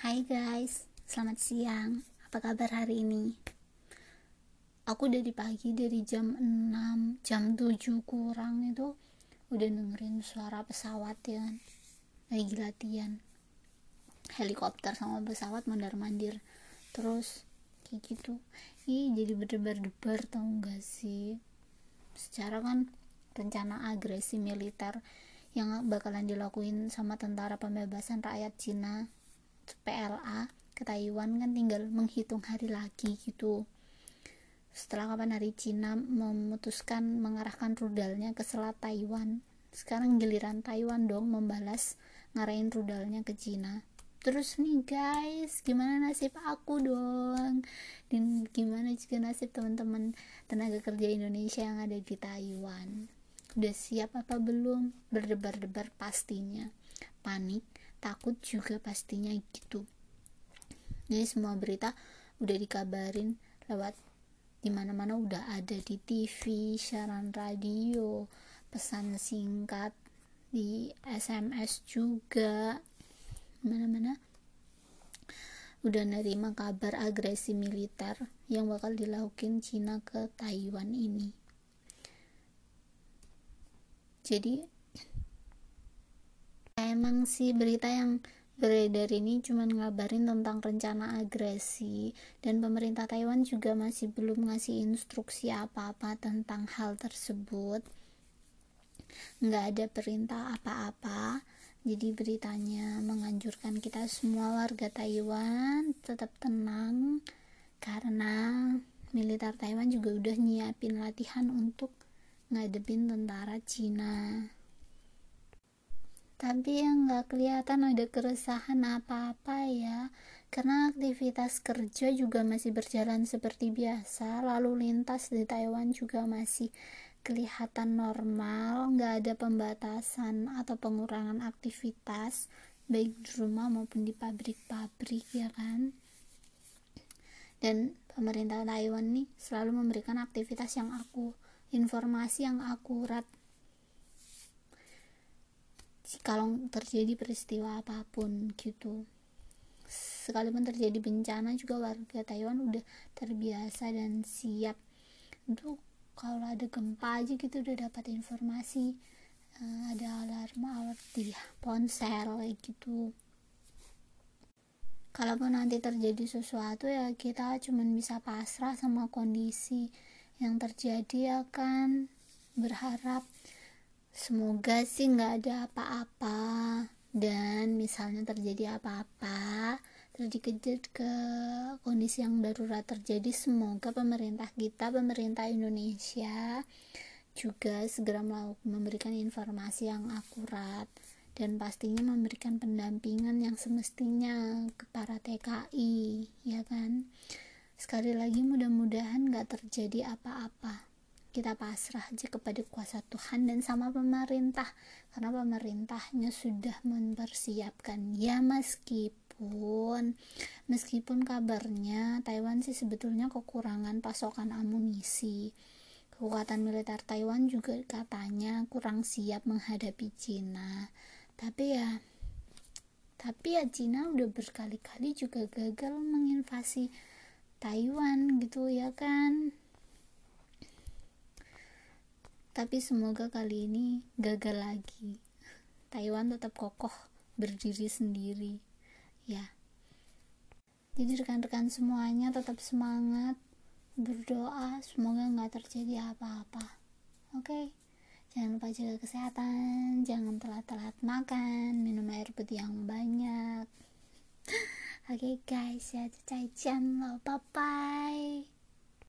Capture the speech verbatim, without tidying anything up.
Hai guys, selamat siang. Apa kabar hari ini? Aku dari pagi, dari jam enam, jam tujuh kurang itu udah dengerin suara pesawat ya kan. Lagi latihan. Helikopter sama pesawat mondar-mandir. Terus kayak gitu. Ih, jadi berdebar-debar tau gak sih? Secara kan rencana agresi militer yang bakalan dilakuin sama Tentara Pembebasan Rakyat Cina P L A ke Taiwan kan tinggal menghitung hari lagi gitu. Setelah kapan hari Cina memutuskan mengarahkan rudalnya ke selat Taiwan, sekarang giliran Taiwan dong membalas ngarahin rudalnya ke Cina. Terus nih guys, gimana nasib aku dong, dan gimana juga nasib teman-teman tenaga kerja Indonesia yang ada di Taiwan? Udah siap apa belum? Berdebar-debar pastinya, panik, takut juga pastinya gitu. Jadi semua berita udah dikabarin lewat dimana-mana, udah ada di T V, siaran radio, pesan singkat, di S M S juga, mana-mana udah nerima kabar agresi militer yang bakal dilakuin Cina ke Taiwan ini. Jadi emang sih berita yang beredar ini cuma ngabarin tentang rencana agresi, dan pemerintah Taiwan juga masih belum ngasih instruksi apa-apa tentang hal tersebut. Nggak ada perintah apa-apa. Jadi beritanya menganjurkan kita semua warga Taiwan tetap tenang, karena militer Taiwan juga udah nyiapin latihan untuk ngadepin tentara Cina. Tapi yang nggak kelihatan ada keresahan apa-apa ya, karena aktivitas kerja juga masih berjalan seperti biasa. Lalu lintas di Taiwan juga masih kelihatan normal, nggak ada pembatasan atau pengurangan aktivitas baik di rumah maupun di pabrik-pabrik ya kan. Dan pemerintah Taiwan nih selalu memberikan aktivitas yang aku informasi yang akurat kalau terjadi peristiwa apapun gitu. Sekalipun terjadi bencana juga warga Taiwan udah terbiasa dan siap untuk kalau ada gempa aja gitu udah dapat informasi, uh, ada alarm alert di ponsel kayak gitu. Kalaupun nanti terjadi sesuatu ya kita cuman bisa pasrah sama kondisi yang terjadi ya kan. Berharap semoga sih nggak ada apa-apa, dan misalnya terjadi apa-apa terus dikejar ke kondisi yang darurat terjadi, semoga pemerintah kita, pemerintah Indonesia juga segera memberikan informasi yang akurat dan pastinya memberikan pendampingan yang semestinya ke para T K I ya kan. Sekali lagi mudah-mudahan nggak terjadi apa-apa. Kita pasrah aja kepada kuasa Tuhan dan sama pemerintah, karena pemerintahnya sudah mempersiapkan ya. Meskipun meskipun kabarnya Taiwan sih sebetulnya kekurangan pasokan amunisi, kekuatan militer Taiwan juga katanya kurang siap menghadapi Cina. Tapi ya tapi ya Cina udah berkali-kali juga gagal menginvasi Taiwan gitu ya kan. Tapi semoga kali ini gagal lagi. Taiwan tetap kokoh berdiri sendiri ya. Jadi rekan-rekan semuanya tetap semangat, berdoa semoga nggak terjadi apa-apa. Oke, jangan lupa jaga kesehatan, jangan telat-telat makan, minum air putih yang banyak. Oke guys, ya, 再见了，拜拜。